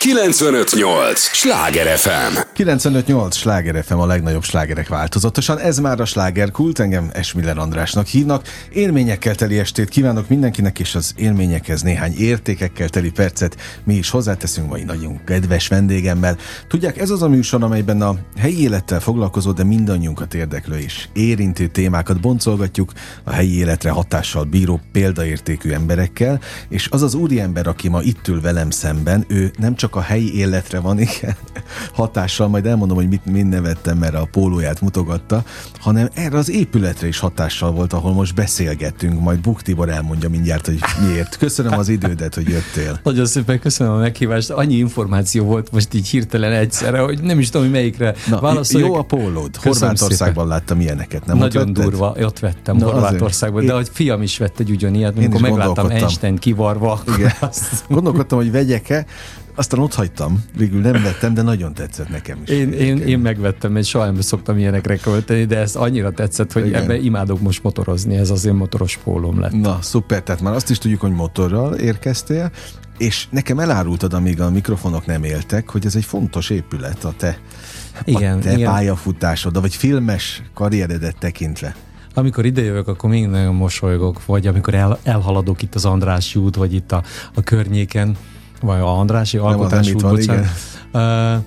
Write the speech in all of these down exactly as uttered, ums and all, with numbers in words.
kilencvenöt nyolc Sláger ef em. kilencvenöt nyolc Sláger ef em, a legnagyobb slágerek változatosan. Ez már a Slágerkult, engem Esmiller Andrásnak hívnak. Élményekkel teli estét kívánok mindenkinek, és az élményekhez néhány értékekkel teli percet mi is hozzáteszünk mai nagyon kedves vendégemmel. Tudják, ez az a műsor, amelyben a helyi élettel foglalkozó, de mindannyiunkat érdeklő és érintő témákat boncolgatjuk a helyi életre hatással bíró példaértékű emberekkel, és az az úriember, aki ma itt ül velem szemben, ő nem csak a helyi életre van igen, hatással, majd elmondom, hogy mit mind nevettem, mert a pólóját mutogatta, hanem erre az épületre is hatással volt, ahol most beszélgettünk, majd Buk Tibor elmondja mindjárt, hogy miért. Köszönöm az idődet, hogy jöttél. Nagyon szépen köszönöm a meghívást. Annyi információ volt most így hirtelen egyszerre, hogy nem is tudom, hogy melyikre válaszoljak. Jó a pólód. Horvátországban láttam ilyeneket, nem? Nagyon durva, ott vettem Na, Horvátországban, azért. De hogy fiam is vett egy ugyanilyet, amikor megláttam Einstein kivarva. Igen. Gondolkodtam, hogy vegyek-e, aztán ott hagytam, végül nem vettem, de nagyon tetszett nekem is. Én, én, én megvettem, mert soha nem szoktam ilyenekre költeni, de ez annyira tetszett, hogy igen. Ebben imádok most motorozni, ez az én motoros pólóm lett. Na, szuper, tehát már azt is tudjuk, hogy motorral érkeztél, és nekem elárultad, amíg a mikrofonok nem éltek, hogy ez egy fontos épület a te, igen, a te igen. pályafutásod, vagy filmes karrieredet tekintve. Amikor idejövök, akkor még nagyon mosolygok, vagy amikor el, elhaladok itt az Andrássy út, vagy itt a, a környéken, vagy a Andrássy Alkotás út, bocsánat. Uh,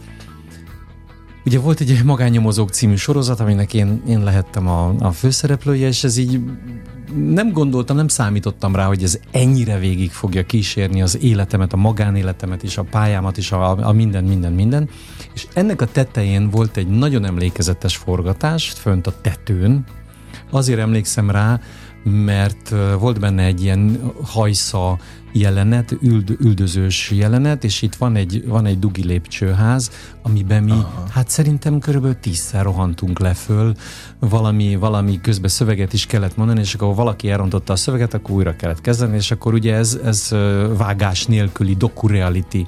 ugye volt egy Magánnyomozók című sorozat, aminek én, én lehettem a, a főszereplője, és ez így nem gondoltam, nem számítottam rá, hogy ez ennyire végig fogja kísérni az életemet, a magánéletemet is, a pályámat is, a, a minden, minden, minden. És ennek a tetején volt egy nagyon emlékezetes forgatás, fönt a tetőn. Azért emlékszem rá, mert volt benne egy ilyen hajsza jelenet, üld, üldözős jelenet, és itt van egy, van egy dugi lépcsőház, amiben mi, Aha. hát szerintem körülbelül tízszer rohantunk le föl, valami, valami közben szöveget is kellett mondani, és akkor valaki elrontotta a szöveget, akkor újra kellett kezdeni, és akkor ugye ez, ez vágás nélküli doku-reality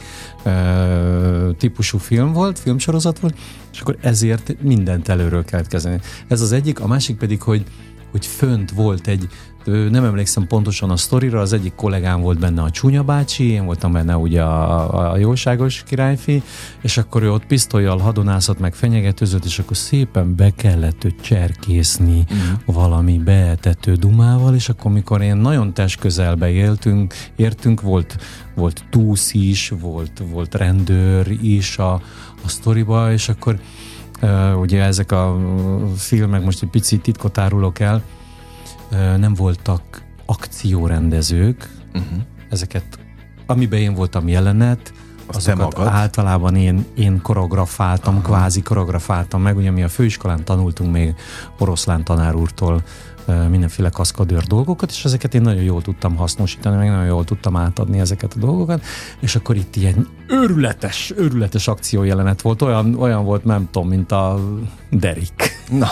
típusú film volt, filmsorozat volt, és akkor ezért mindent előről kellett kezdeni. Ez az egyik, a másik pedig, hogy hogy fönt volt egy, nem emlékszem pontosan a sztorira, az egyik kollégám volt benne a Csúnya bácsi, én voltam benne ugye a, a jóságos királyfi, és akkor ő ott pisztollyal hadonászott, meg fenyegetőzött, és akkor szépen be kellett őt cserkészni mm. valami beetető dumával, és akkor mikor én nagyon testközelbe éltünk, értünk, volt, volt túsz is, volt, volt rendőr is a, a sztoriba, és akkor Uh, ugye ezek a filmek, most egy picit titkot árulok el, uh, nem voltak akciórendezők, uh-huh. ezeket, amiben én voltam jelenet, azokat általában én, én koreografáltam, Aha. kvázi koreografáltam meg, ugye mi a főiskolán tanultunk még Oroszlán tanár úrtól uh, mindenféle kaszkadőr dolgokat, és ezeket én nagyon jól tudtam hasznosítani, meg nagyon jól tudtam átadni ezeket a dolgokat, és akkor itt ilyen őrületes, őrületes akciójelenet volt, olyan, olyan volt, nem tudom, mint a Derrick. Na,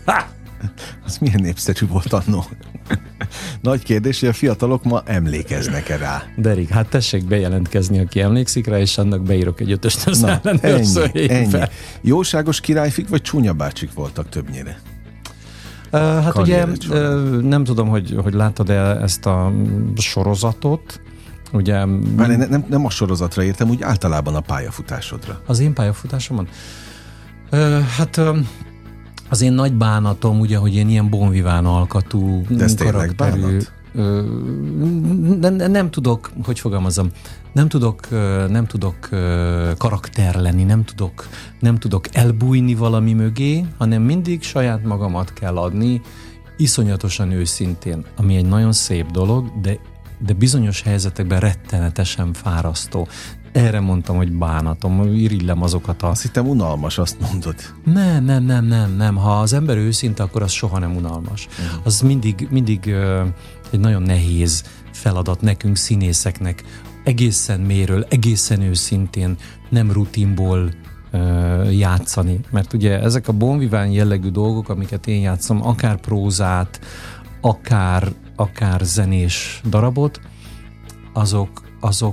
az milyen népszerű volt annó. Nagy kérdés, hogy a fiatalok ma emlékeznek-e rá? Derrick, hát tessék bejelentkezni, aki emlékszik rá, és annak beírok egy ötöst az Na, ennyi, ennyi. Jóságos királyfik vagy Csúnya bácsik voltak többnyire? Uh, hát Karriered ugye uh, nem tudom, hogy, hogy láttad-e ezt a sorozatot, ugye... Már nem, nem, nem a sorozatra értem, úgy általában a pályafutásodra. Az én pályafutásomon? Uh, hát uh, az én nagy bánatom, ugye, hogy én ilyen bonviván alkatú karakterű... Uh, nem, nem tudok, hogy fogalmazom, nem tudok, uh, nem tudok uh, karakter lenni, nem tudok, nem tudok elbújni valami mögé, hanem mindig saját magamat kell adni, iszonyatosan őszintén, ami egy nagyon szép dolog, de de bizonyos helyzetekben rettenetesen fárasztó. Erre mondtam, hogy bánatom, irigylem azokat a... Azt hittem unalmas, azt mondod. Nem, nem, nem, nem, nem. Ha az ember őszinte, akkor az soha nem unalmas. Mm. Az mindig, mindig uh, egy nagyon nehéz feladat nekünk, színészeknek, egészen mélyről, egészen őszintén, nem rutinból uh, játszani. Mert ugye ezek a bonviván jellegű dolgok, amiket én játszom, akár prózát, akár akár zenés darabot, azok, azok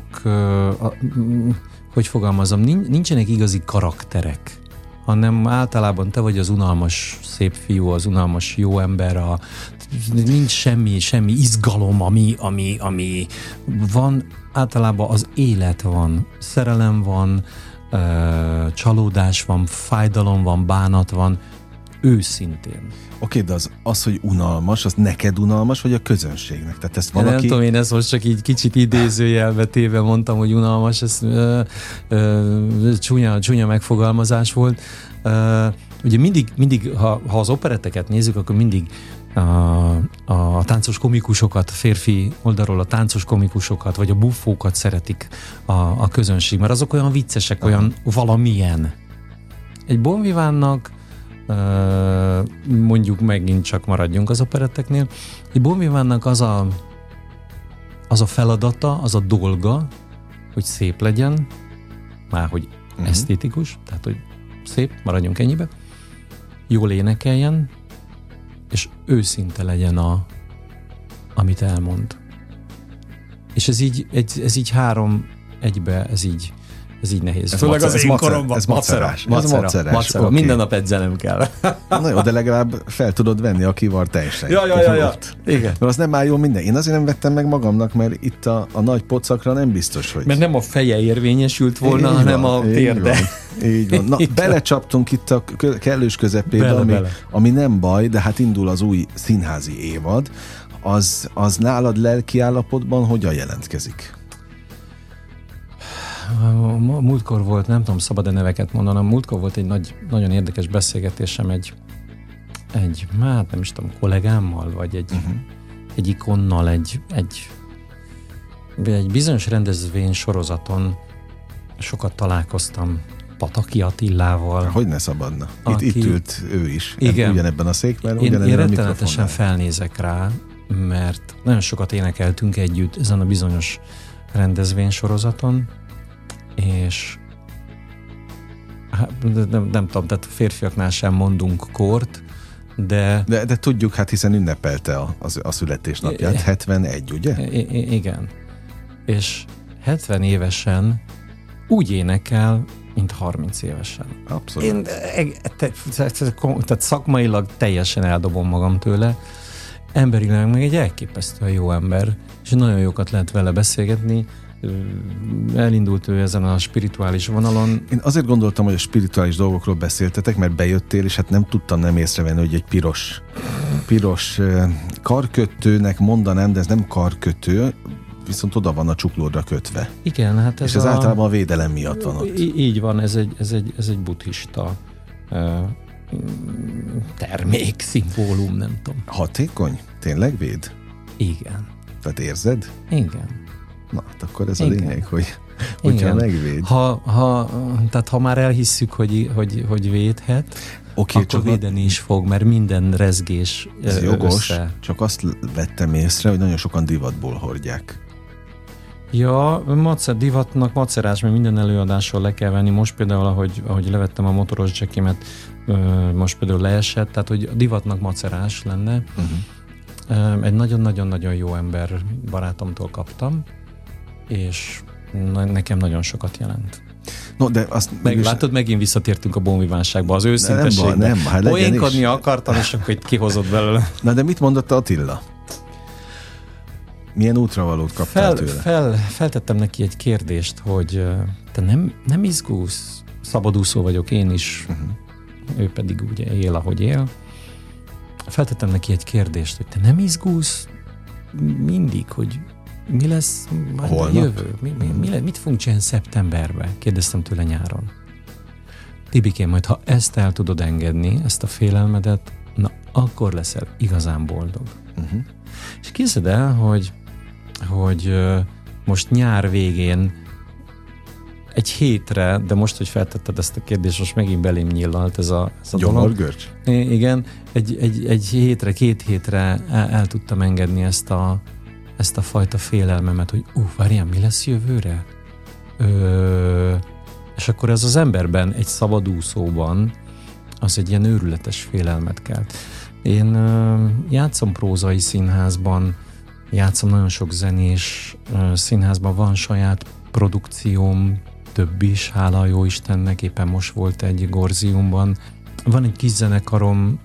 hogy fogalmazom, nincsenek igazi karakterek, hanem általában te vagy az unalmas szép fiú, az unalmas jó ember, a, nincs semmi, semmi izgalom, ami, ami, ami van, általában az élet van, szerelem van, ö, csalódás van, fájdalom van, bánat van, őszintén. Oké, de az, az, hogy unalmas, az neked unalmas, vagy a közönségnek? Tehát ezt valaki... Nem tudom, én ezt most csak így kicsit idézőjelbe téve mondtam, hogy unalmas, ez ö, ö, csúnya, csúnya megfogalmazás volt. Ö, ugye mindig, mindig ha, ha az operetteket nézzük, akkor mindig a, a táncos komikusokat, férfi oldalról a táncos komikusokat, vagy a buffókat szeretik a, a közönség, mert azok olyan viccesek, Aha. olyan valamilyen. Egy Bon Vivantnak Uh, mondjuk megint csak maradjunk az operetteknél. Egy Bon Vivantnak az a, az a feladata, az a dolga, hogy szép legyen, már hogy uh-huh. esztétikus, tehát hogy szép, maradjunk ennyibe, jól énekeljen, és őszinte legyen a, amit elmond. És ez így, ez így három egybe, ez így Ez így nehéz. Ez Főleg macer, az én koromban. Ez macerás. Macera, macera, macera. Okay. Minden nap edzenem kell. Na jó, de legalább fel tudod venni a kivar teljesen. Ja, ja, ja, ja. Igen. Mert az nem áll jól minden. Én azért nem vettem meg magamnak, mert itt a, a nagy pocakra nem biztos, hogy... Mert nem a feje érvényesült volna, így hanem van, a térde. Így van. Így van. Na, belecsaptunk itt a kellős közepébe, bele, ami, bele. ami nem baj, de hát indul az új színházi évad. Az, az nálad lelki állapotban hogyan jelentkezik? Múltkor volt, nem tudom, szabad-e neveket mondanom, múltkor volt egy nagy, nagyon érdekes beszélgetésem egy, egy, hát nem is tudom, kollégámmal, vagy egy, uh-huh. egy ikonnal, egy, egy, egy bizonyos rendezvény sorozaton sokat találkoztam Pataki Attilával. Hogy ne szabadna? Itt, aki, itt ült ő is. Igen. Ugyanebben a székben, én, én rettenetesen felnézek rá, mert nagyon sokat énekeltünk együtt ezen a bizonyos rendezvény sorozaton, és hát, nem, nem tudom, tehát férfiaknál sem mondunk kort, de... De, de tudjuk, hát hiszen ünnepelte a, a, a születésnapját, hetvenegy, ugye? I- igen. És hetven évesen úgy énekel, mint harminc évesen. Abszolút. Én te, te, te, tehát szakmailag teljesen eldobom magam tőle, emberileg meg egy elképesztően jó ember, és nagyon jókat lehet vele beszélgetni. Elindult ő ezen a spirituális vonalon. Én azért gondoltam, hogy a spirituális dolgokról beszéltetek, mert bejöttél, és hát nem tudtam nem észrevenni, hogy egy piros piros karkötőnek mondanám, de ez nem karkötő, viszont oda van a csuklódra kötve. Igen, hát ez és ez a... általában a védelem miatt van ott. Í- így van, ez egy, ez egy, ez egy buddhista uh, termék, szimbólum, nem tudom. Hatékony? Tényleg véd? Igen. Tehát érzed? Igen. Na, hát akkor ez Igen. a lényeg, hogy hogyha megvéd. Ha, ha, tehát ha már elhisszük, hogy, hogy, hogy védhet, okay, akkor védeni is fog, mert minden rezgés ez jogos, össze. Csak azt vettem észre, hogy nagyon sokan divatból hordják. Ja, macer, divatnak macerás, mert minden előadással le kell venni. Most például, ahogy, ahogy levettem a motoros jackimet, most például leesett, tehát hogy a divatnak macerás lenne. Uh-huh. Egy nagyon-nagyon-nagyon jó ember barátomtól kaptam, és nekem nagyon sokat jelent. No, de azt Meg, látod, megint visszatértünk a Bon Vivantságba, az őszintességbe. Nem, nem, hát poénkodni akartam, és akkor itt kihozott belőle. Na, de mit mondott Attila? Milyen útravalót kaptál fel, tőle? Fel, feltettem neki egy kérdést, hogy te nem, nem izgulsz? Szabadúszó vagyok én is, uh-huh. ő pedig ugye él, ahogy él. Feltettem neki egy kérdést, hogy te nem izgulsz mindig, hogy mi lesz a jövő? Mi, mi, mi le, mit fogunk csinálni szeptemberben? Kérdeztem tőle nyáron. Tibikém, majd ha ezt el tudod engedni, ezt a félelmedet, na akkor leszel igazán boldog. Uh-huh. És képzeld el, hogy, hogy uh, most nyár végén egy hétre, de most, hogy feltetted ezt a kérdést, most megint belém nyillalt ez a, ez a dolog. Igen, egy, egy, egy hétre, két hétre el, el tudtam engedni ezt a, ezt a fajta félelmemet, hogy ú, várjál, mi lesz jövőre? Ö, és akkor ez az emberben, egy szabadúszóban, az egy ilyen őrületes félelmet kelt. Én ö, játszom prózai színházban, játszom nagyon sok zenés ö, színházban, van saját produkcióm, több is, hála a jó Istennek, éppen most volt egy Gorziumban. Van egy kis zenekarom,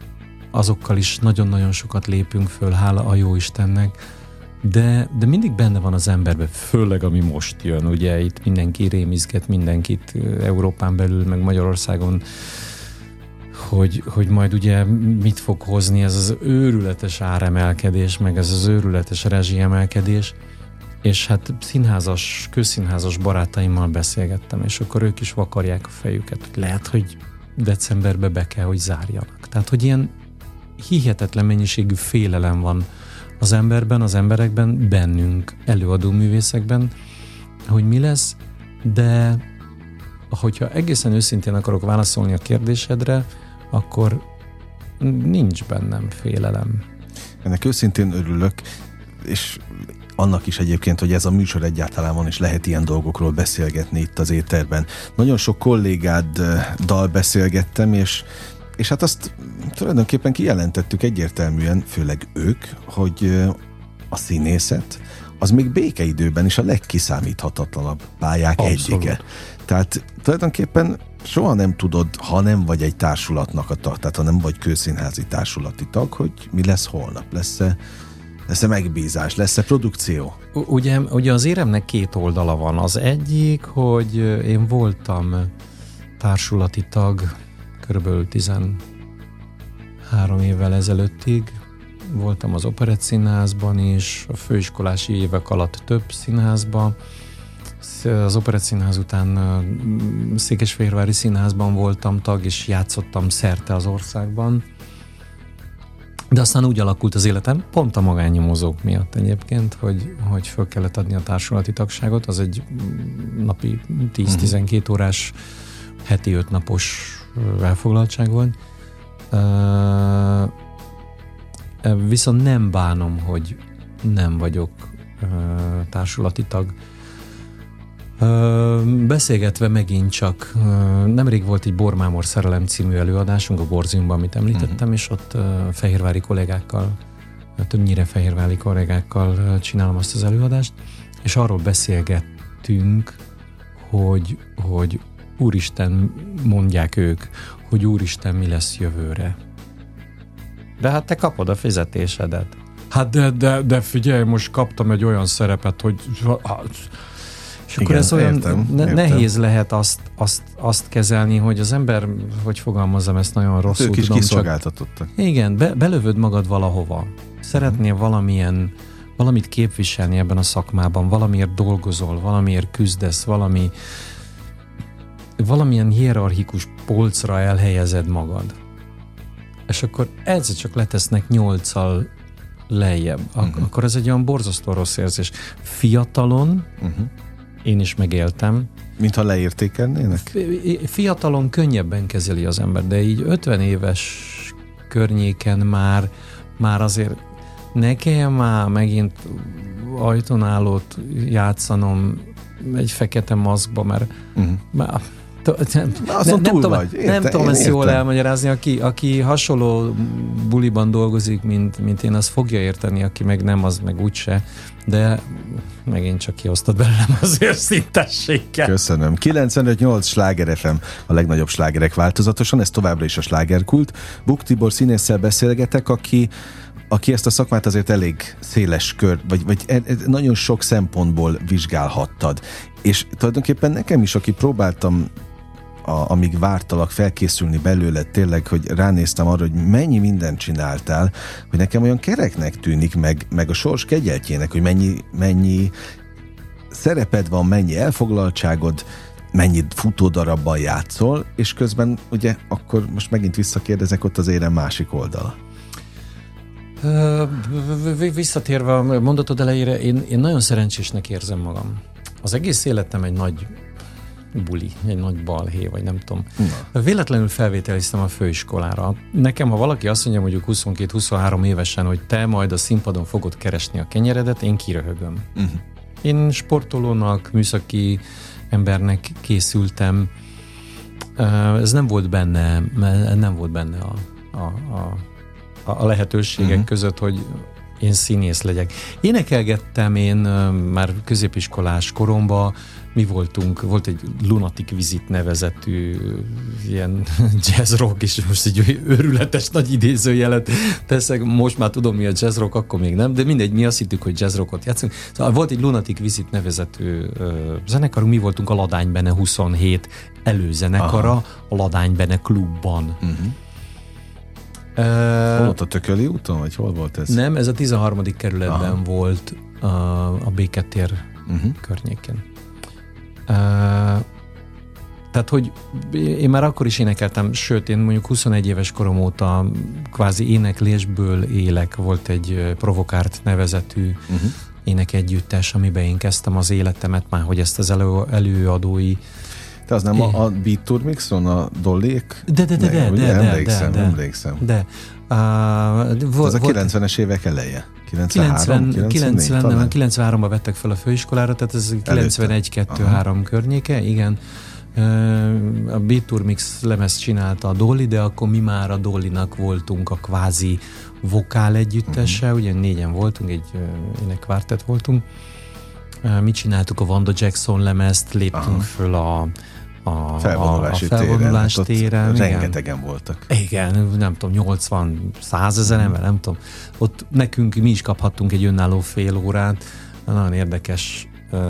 azokkal is nagyon-nagyon sokat lépünk föl, hála a jó Istennek, de, de mindig benne van az emberben, főleg ami most jön, ugye itt mindenki rémizget mindenkit Európán belül, meg Magyarországon, hogy, hogy majd ugye mit fog hozni ez az őrületes áremelkedés, meg ez az őrületes rezsiemelkedés, és hát színházas, közszínházas barátaimmal beszélgettem, és akkor ők is vakarják a fejüket, hogy lehet, hogy decemberbe be kell, hogy zárjanak. Tehát, hogy ilyen hihetetlen mennyiségű félelem van az emberben, az emberekben, bennünk, előadó művészekben, hogy mi lesz, de hogyha egészen őszintén akarok válaszolni a kérdésedre, akkor nincs bennem félelem. Ennek őszintén örülök, és annak is egyébként, hogy ez a műsor egyáltalán van, és lehet ilyen dolgokról beszélgetni itt az éterben. Nagyon sok kollégáddal beszélgettem, és, és hát azt tulajdonképpen kijelentettük egyértelműen, főleg ők, hogy a színészet az még békeidőben is a legkiszámíthatatlanabb pályák Abszolút. egyike. Tehát tulajdonképpen soha nem tudod, ha nem vagy egy társulatnak a tag, tehát ha nem vagy kőszínházi társulati tag, hogy mi lesz holnap, lesz-e lesz-e megbízás, lesz-e produkció? Ugye, ugye az éremnek két oldala van. Az egyik, hogy én voltam társulati tag körülbelül tizenhárom évvel ezelőttig. Voltam az Operett Színházban is, a főiskolási évek alatt több színházban. Az Operett Színház után Székesfehérvári Színházban voltam tag, és játszottam szerte az országban. De aztán úgy alakult az életem, pont a magánnyomozók miatt egyébként, hogy, hogy föl kellett adni a társulati tagságot, az egy napi tíz-tizenkét órás, heti öt napos elfoglaltság volt. Uh, viszont nem bánom, hogy nem vagyok uh, társulati tag. Uh, beszélgetve megint csak, uh, nemrég volt egy Bormámor szerelem című előadásunk a Borziumban, amit említettem, uh-huh. és ott uh, fehérvári kollégákkal, uh, többnyire fehérvári kollégákkal uh, csinálom azt az előadást, és arról beszélgettünk, hogy, hogy Úristen, mondják ők, hogy Úristen, mi lesz jövőre. De hát te kapod a fizetésedet. Hát de, de, de figyelj, most kaptam egy olyan szerepet, hogy... És akkor igen, ez olyan értem, ne- értem. nehéz lehet azt, azt, azt kezelni, hogy az ember, hogy fogalmazzam ezt nagyon rosszul. Ők is tudom, kiszolgáltatottak. Csak, igen, be, belövöd magad valahova. Szeretnél hmm. valamilyen, valamit képviselni ebben a szakmában, valamiért dolgozol, valamiért küzdesz, valami, valamilyen hierarchikus polcra elhelyezed magad. És akkor egyszer csak letesznek nyolccal lejjebb. Ak- uh-huh. Akkor ez egy olyan borzasztó rossz érzés. Fiatalon uh-huh. én is megéltem. Mintha leértékelnének? Fiatalon könnyebben kezeli az ember, de így ötven éves környéken már, már azért ne kelljen már megint ajtónálót játszanom egy fekete maszkba, mert uh-huh. már Nem, Na, nem, nem, tudom, vagy. Értem, nem tudom ezt értem. jól elmagyarázni, aki, aki hasonló buliban dolgozik, mint, mint én, az fogja érteni, aki meg nem, az meg úgyse, de megint csak kiosztod belőlem az őszintességgel. Köszönöm. kilencvenöt nyolc Sláger ef em, a legnagyobb slágerek változatosan, ez továbbra is a slágerkult. Buk Tibor színésszel beszélgetek, aki aki ezt a szakmát azért elég széles kör, vagy, vagy nagyon sok szempontból vizsgálhattad. És tulajdonképpen nekem is, aki próbáltam A, amíg vártalak felkészülni belőle, tényleg, hogy ránéztem arra, hogy mennyi mindent csináltál, hogy nekem olyan kereknek tűnik, meg, meg a sors kegyeltjének, hogy mennyi, mennyi szereped van, mennyi elfoglaltságod, mennyi futódarabban játszol, és közben ugye akkor most megint visszakérdezek, ott az érem másik oldala. Visszatérve a mondatod elejére, én, én nagyon szerencsésnek érzem magam. Az egész életem egy nagy buli, egy nagy balhé, vagy nem tudom. Na. Véletlenül felvételiztem a főiskolára. Nekem, ha valaki azt mondja, mondjuk huszonkettő-huszonhárom évesen, hogy te majd a színpadon fogod keresni a kenyeredet, én kiröhögöm. Uh-huh. Én sportolónak, műszaki embernek készültem. Ez nem volt benne, nem volt benne a, a, a, a lehetőségek uh-huh. között, hogy én színész legyek. Énekelgettem én már középiskolás koromban, mi voltunk, volt egy Lunatic Visit nevezetű ilyen jazz rock, és most egy őrületes nagy idézőjelet teszek, most már tudom mi a jazz rock, akkor még nem, de mindegy, mi azt hittük, hogy jazz rockot játszunk. Szóval volt egy Lunatic Visit nevezetű ö, zenekarunk, mi voltunk a Ladánybene huszonhét előzenekara, aha, a Ladánybene klubban. Uh-huh. Uh, hol ott a Tököli úton, vagy hol volt ez? Nem, ez a tizenharmadik kerületben aha. volt a, a Béketér uh-huh. környéken. Uh, tehát, hogy én már akkor is énekeltem, sőt, én mondjuk huszonegy éves korom óta kvázi éneklésből élek. Volt egy Provokárt nevezetű uh-huh. énekegyüttes, amiben én kezdtem az életemet, már hogy ezt az elő, előadói. Te az nem é. a, a Beat Tour Mixon, a Dollék? De, de, de, de, de, de, emlékszem, de, de, emlékszem. De. Uh, volt, az a kilencvenes évek eleje? kilencvenhárom, kilencven, kilencvenháromban vettek fel a főiskolára, tehát ez kilencvenegy kettő három környéke, igen. A Beat Tour Mix lemez csinálta a Dolly, de akkor mi már a Dollynak voltunk a kvázi vokál együttese, uh-huh. ugye négyen voltunk, egy énekkvártett voltunk. Mi csináltuk a Vanda Jackson lemezt, léptünk aha. föl a a felvonulási, a felvonulás téren. téren rengetegen igen. voltak. Igen, nem tudom, nyolcvan, százezer ember, nem tudom. Ott nekünk, mi is kaphattunk egy önálló fél órát. Nagyon érdekes uh,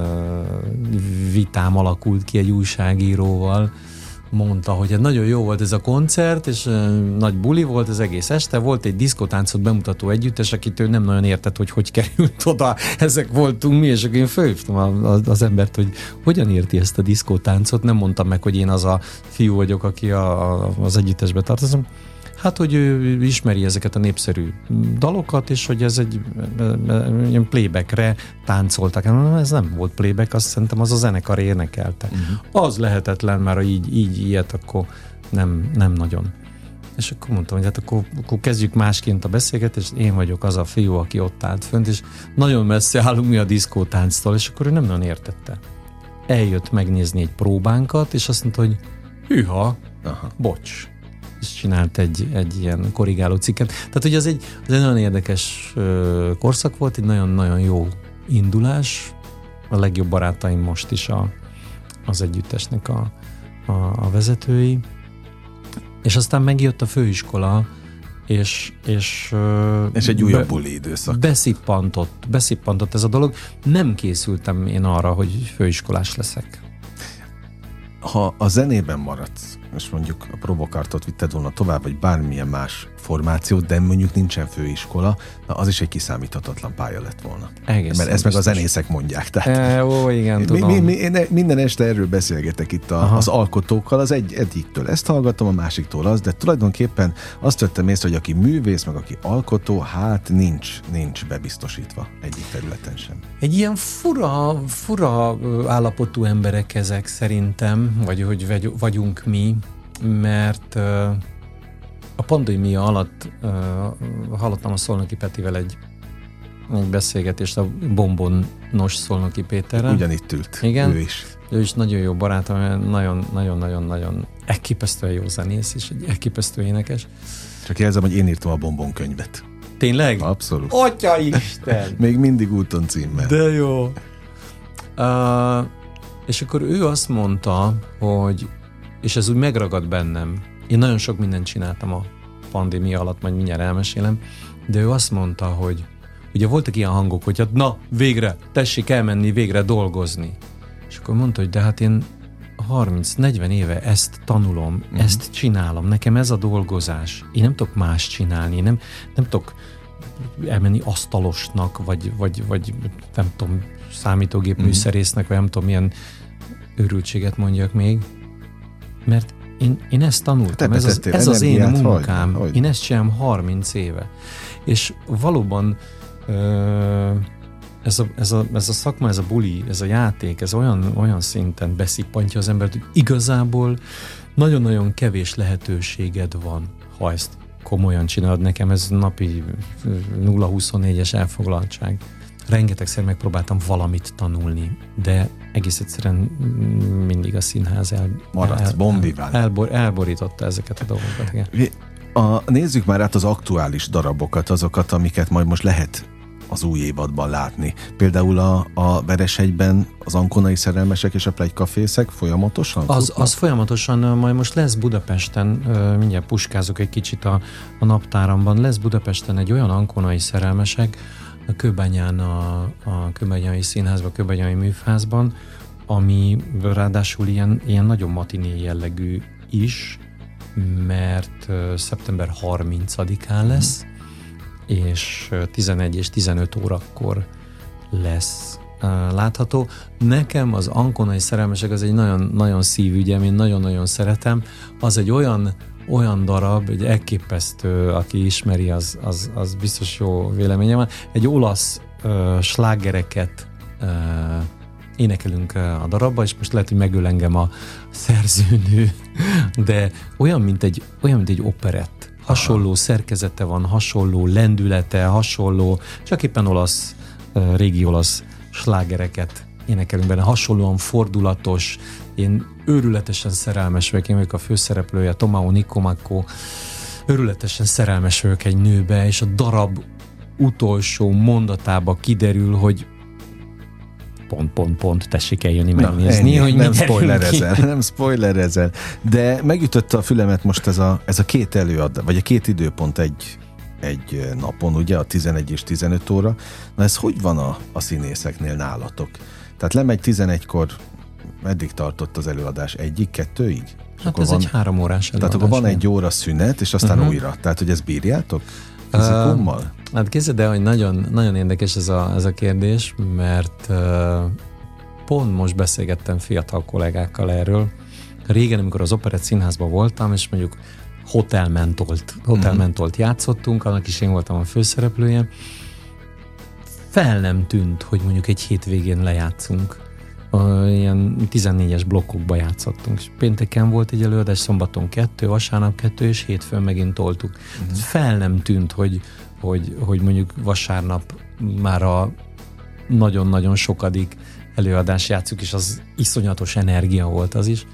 vitám alakult ki egy újságíróval. Mondta, hogy nagyon jó volt ez a koncert, és uh, nagy buli volt az egész este. Volt egy diszkotáncot bemutató együttes, akit ő nem nagyon értett, hogy hogy került oda. Ezek voltunk mi, és akkor én fölhívtam az embert, hogy hogyan érti ezt a diszkotáncot. Nem mondtam meg, hogy én az a fiú vagyok, aki a, a, az együttesbe tartozom. Hát, hogy ő ismeri ezeket a népszerű dalokat, és hogy ez egy ilyen playbackre táncoltak. Ez nem volt playback, azt szerintem az a zenekar énekelte. Uh-huh. Az lehetetlen, mert így, így ilyet, akkor nem, nem nagyon. És akkor mondtam, hogy hát akkor, akkor kezdjük másként a beszélgetést, én vagyok az a fiú, aki ott állt fönt, és nagyon messze állunk mi a diszkótánctól, és akkor ő nem nagyon értette. Eljött megnézni egy próbánkat, és azt mondta, hogy hűha, aha. bocs. És csinált egy, egy ilyen korrigáló cikket. Tehát, hogy az egy, az egy nagyon érdekes ö, korszak volt, egy nagyon-nagyon jó indulás. A legjobb barátaim most is a, az együttesnek a, a, a vezetői. És aztán megjött a főiskola, és és, és egy újabb buli időszak. Beszippantott, beszippantott ez a dolog. Nem készültem én arra, hogy főiskolás leszek. Ha a zenében maradsz, és mondjuk a Provokártot vitted volna tovább, vagy bármilyen más formáció, de mondjuk nincsen főiskola, na az is egy kiszámíthatatlan pálya lett volna. Egészen mert ezt biztos. Meg a zenészek mondják. Tehát e, ó, igen, mi, tudom. Mi, mi, én minden este erről beszélgetek itt a, az alkotókkal, az egy, egyiktől ezt hallgatom, a másiktól az, de tulajdonképpen azt vettem észre, hogy aki művész, meg aki alkotó, hát nincs, nincs bebiztosítva egyik területen sem. Egy ilyen fura, fura állapotú emberek ezek szerintem, vagy hogy vagyunk mi, mert uh, a pandémia alatt uh, hallottam a Szolnoki Petivel egy, egy beszélgetést a Bombonos Szolnoki Péterrel. Ugyanitt ült. Igen. Ő is. Ő is nagyon jó barátom, nagyon-nagyon-nagyon elképesztően jó zenész, és egy elképesztő énekes. Csak jelzem, hogy én írtam a Bombon könyvet. Tényleg? Abszolút. Atyaisten! Még mindig úton címmel. De jó. Uh, és akkor ő azt mondta, hogy és ez úgy megragad bennem. Én nagyon sok mindent csináltam a pandémia alatt, majd mindjárt elmesélem, de ő azt mondta, hogy ugye voltak ilyen hangok, hogy hát na, végre, tessék elmenni, végre dolgozni. És akkor mondta, hogy de hát én harminc-negyven éve ezt tanulom, uh-huh. ezt csinálom, nekem ez a dolgozás. Én nem tudok más csinálni, nem, nem tudok elmenni asztalosnak, vagy, vagy, vagy nem tudom, számítógép uh-huh. műszerésznek, vagy nem tudom, milyen őrültséget mondjak még. Mert én, én ezt tanultam, ez az, ez az én munkám, hogy, hogy. Én ezt csinálom harminc éve. És valóban ez a, ez, a, ez a szakma, ez a buli, ez a játék, ez olyan, olyan szinten beszippantja az embert, hogy igazából nagyon-nagyon kevés lehetőséged van, ha ezt komolyan csinálod. Nekem ez napi nulla huszonnégyes elfoglaltság. Rengetegszer megpróbáltam valamit tanulni, de egész egyszerűen mindig a színház el, maradt, el, bombivál. El, elbor, elborította ezeket a dolgokat. Igen. A, nézzük már át az aktuális darabokat, azokat, amiket majd most lehet az új évadban látni? Például a, a Vereshegyben az ankonai szerelmesek és a pletykafészek folyamatosan? Az, az folyamatosan, majd most lesz Budapesten, mindjárt puskázok egy kicsit a, a naptáramban, lesz Budapesten egy olyan ankonai szerelmesek, a Kőbányán, a, a Kőbányai Színházban, a Kőbányai Műfázban, ami ráadásul ilyen, ilyen nagyon matiné jellegű is, mert uh, szeptember harmincadikán lesz, és uh, tizenegy és tizenöt órakor lesz uh, látható. Nekem az ankonai szerelmesek az egy nagyon, nagyon szívügyem, én nagyon-nagyon szeretem. Az egy olyan, olyan darab, egy elképesztő, aki ismeri, az, az, az biztos jó véleményem van. Egy olasz uh, slágereket uh, énekelünk a darabba, és most lehet, hogy megöl engem a szerzőnő, de olyan, mint egy, olyan, mint egy operett. Hasonló szerkezete van, hasonló lendülete, hasonló, csak éppen olasz, régi olasz slágereket énekelünk benne. Hasonlóan fordulatos, én őrületesen szerelmes vagyok, én vagyok a főszereplője, Tomao Nikomako, őrületesen szerelmes vagyok egy nőbe, és a darab utolsó mondatába kiderül, hogy pont, pont, pont, tessék eljönni megnézni, hogy nem spoilerezel, nem spoilerezel, de megütötte a fülemet most ez a, ez a két előad, vagy a két időpont egy, egy napon, ugye, a tizenegy és tizenöt óra. Na ez hogy van a, a színészeknél nálatok? Tehát lemegy tizenegykor, meddig tartott az előadás? Egyig, kettőig? Hát ez van, egy három órás előadás. Tehát akkor van egy óra szünet, és aztán uh-huh. újra. Tehát, hogy ezt bírjátok? Fizikummal? Uh, hát képzeld el, hogy nagyon, nagyon érdekes ez a, ez a kérdés, mert uh, pont most beszélgettem fiatal kollégákkal erről. Régen, amikor az Operett Színházban voltam, és mondjuk Hotel Mentolt, Hotel uh-huh. Mentolt játszottunk, annak is én voltam a főszereplője. Fel nem tűnt, hogy mondjuk egy hétvégén lejátszunk. Uh, ilyen tizennégyes blokkokba játszottunk. És pénteken volt egy előadás, szombaton kettő, vasárnap kettő, és hétfőn megint toltuk. Uh-huh. Fel nem tűnt, hogy, hogy, hogy mondjuk vasárnap már a nagyon-nagyon sokadik előadás játszuk, és az iszonyatos energia volt az is.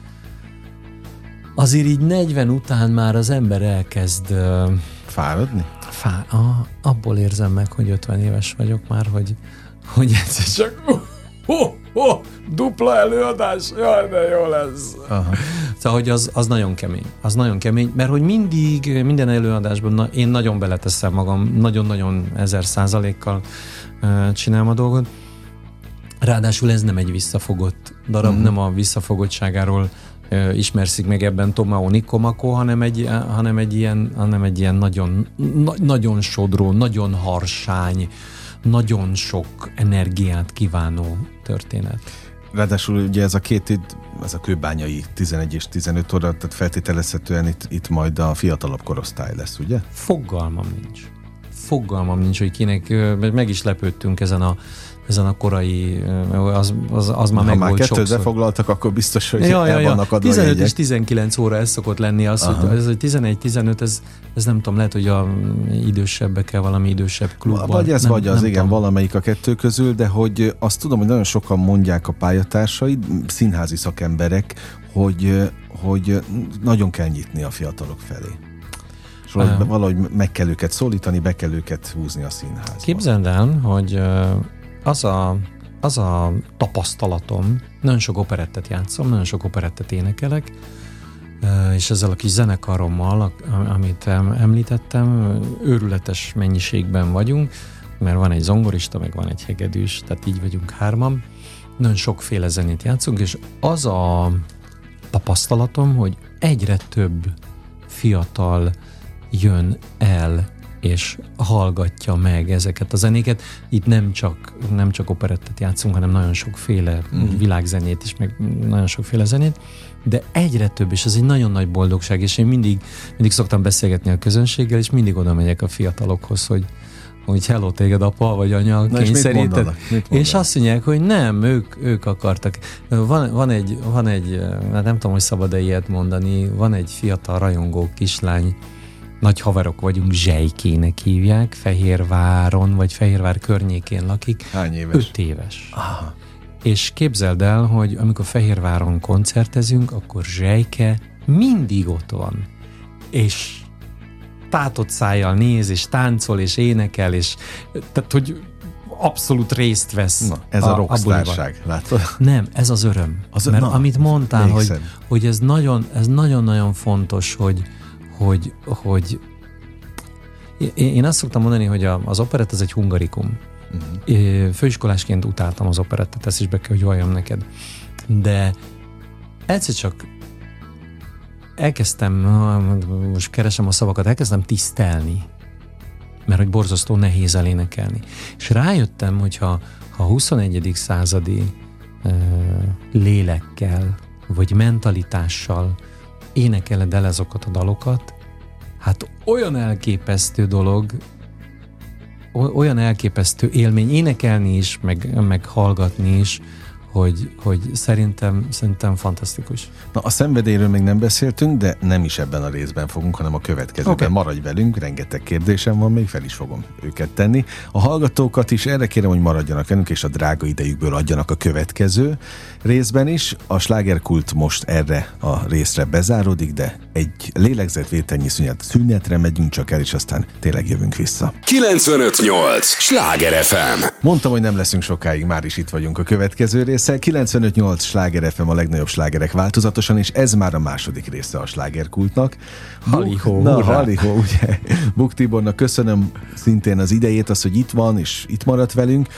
Azért így negyven után már az ember elkezd uh, fáradni? Fá- ah, abból érzem meg, hogy ötven éves vagyok már, hogy, hogy egyszer csak uh, oh, oh, dupla előadás, jaj, de jó lesz. Aha. Szóval, hogy az, az nagyon kemény. Az nagyon kemény, mert hogy mindig, minden előadásban na, én nagyon beleteszem magam, nagyon-nagyon ezer százalékkal uh, csinálom a dolgot. Ráadásul ez nem egy visszafogott darab, uh-huh. nem a visszafogottságáról uh, ismerszik meg ebben Tomao Nikomako, hanem egy, hanem egy ilyen, hanem egy ilyen nagyon, na, nagyon sodró, nagyon harsány, nagyon sok energiát kívánó történet. Ráadásul ugye ez a két, ez a kőbányai tizenegy és tizenöt óra, tehát feltételezhetően itt, itt majd a fiatalabb korosztály lesz, ugye? Fogalmam nincs. Fogalmam nincs, hogy kinek, meg is lepődtünk ezen a ezen a korai, az, az, az már ha meg már volt kettőt sokszor. befoglaltak, akkor biztos, hogy ja, el ja, vannak adva tizenöt jegyek. és tizenkilenc óra ez szokott lenni, az, hogy ez a tizenegy tizenöt, ez, ez nem tudom, lehet, hogy a idősebbekkel valami idősebb klubban. Vagy ez, nem, vagy az, nem igen, tudom. valamelyik a kettő közül, de hogy azt tudom, hogy nagyon sokan mondják a pályatársaid, színházi szakemberek, hogy, hogy nagyon kell nyitni a fiatalok felé. És valahogy, um, valahogy meg kell őket szólítani, be kell őket húzni a színházba. Képzeld el, hogy az a az a tapasztalatom, nagyon sok operettet játszom, nagyon sok operettet énekelek, és ezzel a kis zenekarommal, amit említettem, őrületes mennyiségben vagyunk, mert van egy zongorista, meg van egy hegedűs, tehát így vagyunk hárman. Nagyon sokféle zenét játszunk, és az a tapasztalatom, hogy egyre több fiatal jön el és hallgatja meg ezeket a zenéket. Itt nem csak, nem csak operettet játszunk, hanem nagyon sokféle mm. világzenét is, meg nagyon sokféle zenét, de egyre több, és ez egy nagyon nagy boldogság, és én mindig, mindig szoktam beszélgetni a közönséggel, és mindig oda megyek a fiatalokhoz, hogy, hogy hello, téged apa vagy anya kényszeríted. És azt mondják, hogy nem, ők, ők akartak. Van, van, egy, van egy, hát nem tudom, hogy szabad-e ilyet mondani, van egy fiatal rajongó kislány, nagy haverok vagyunk, Zsejkének hívják, Fehérváron, vagy Fehérvár környékén lakik. Hány éves? Öt éves. Aha. És képzeld el, hogy amikor Fehérváron koncertezünk, akkor Zsejke mindig ott van. És tátott szájjal néz, és táncol, és énekel, és tehát, hogy abszolút részt vesz. Na, ez a, a rockstárság, látod? Nem, ez az öröm. Az, Mert na, amit mondtál, hogy, hogy ez, nagyon, ez nagyon-nagyon fontos, hogy, hogy, hogy én azt szoktam mondani, hogy az operett az egy hungarikum. Uh-huh. Főiskolásként utáltam az operettet, ezt is be kell, hogy valljam neked. De egyszer csak elkezdtem, most keresem a szavakat, elkezdtem tisztelni, mert hogy borzasztó nehéz elénekelni. És rájöttem, hogyha ha huszonegyedik századi uh, lélekkel, vagy mentalitással énekeled el azokat a dalokat, hát olyan elképesztő dolog, olyan elképesztő élmény énekelni is, meg, meg hallgatni is, hogy, hogy szerintem, szerintem fantasztikus. Na, a szenvedélyről még nem beszéltünk, de nem is ebben a részben fogunk, hanem a következőben. Okay. Maradj velünk, rengeteg kérdésem van, még fel is fogom őket tenni. A hallgatókat is erre kérem, hogy maradjanak velünk, és a drága idejükből adjanak a következő részben is. A slágerkult most erre a részre bezáródik, de egy lélegzetvételnyi szünet, szünetre megyünk csak el, és aztán tényleg jövünk vissza. kilencvenöt nyolc Sláger ef em. Mondtam, hogy nem leszünk sokáig, már is itt vagyunk a következő rész. kilencvenöt nyolc Sláger ef em, a legnagyobb slágerek változatosan, és ez már a második része a slágerkultnak. Halihó, Na, halihó, ugye. Buk Tibornak köszönöm szintén az idejét, az, hogy itt van, és itt maradt velünk.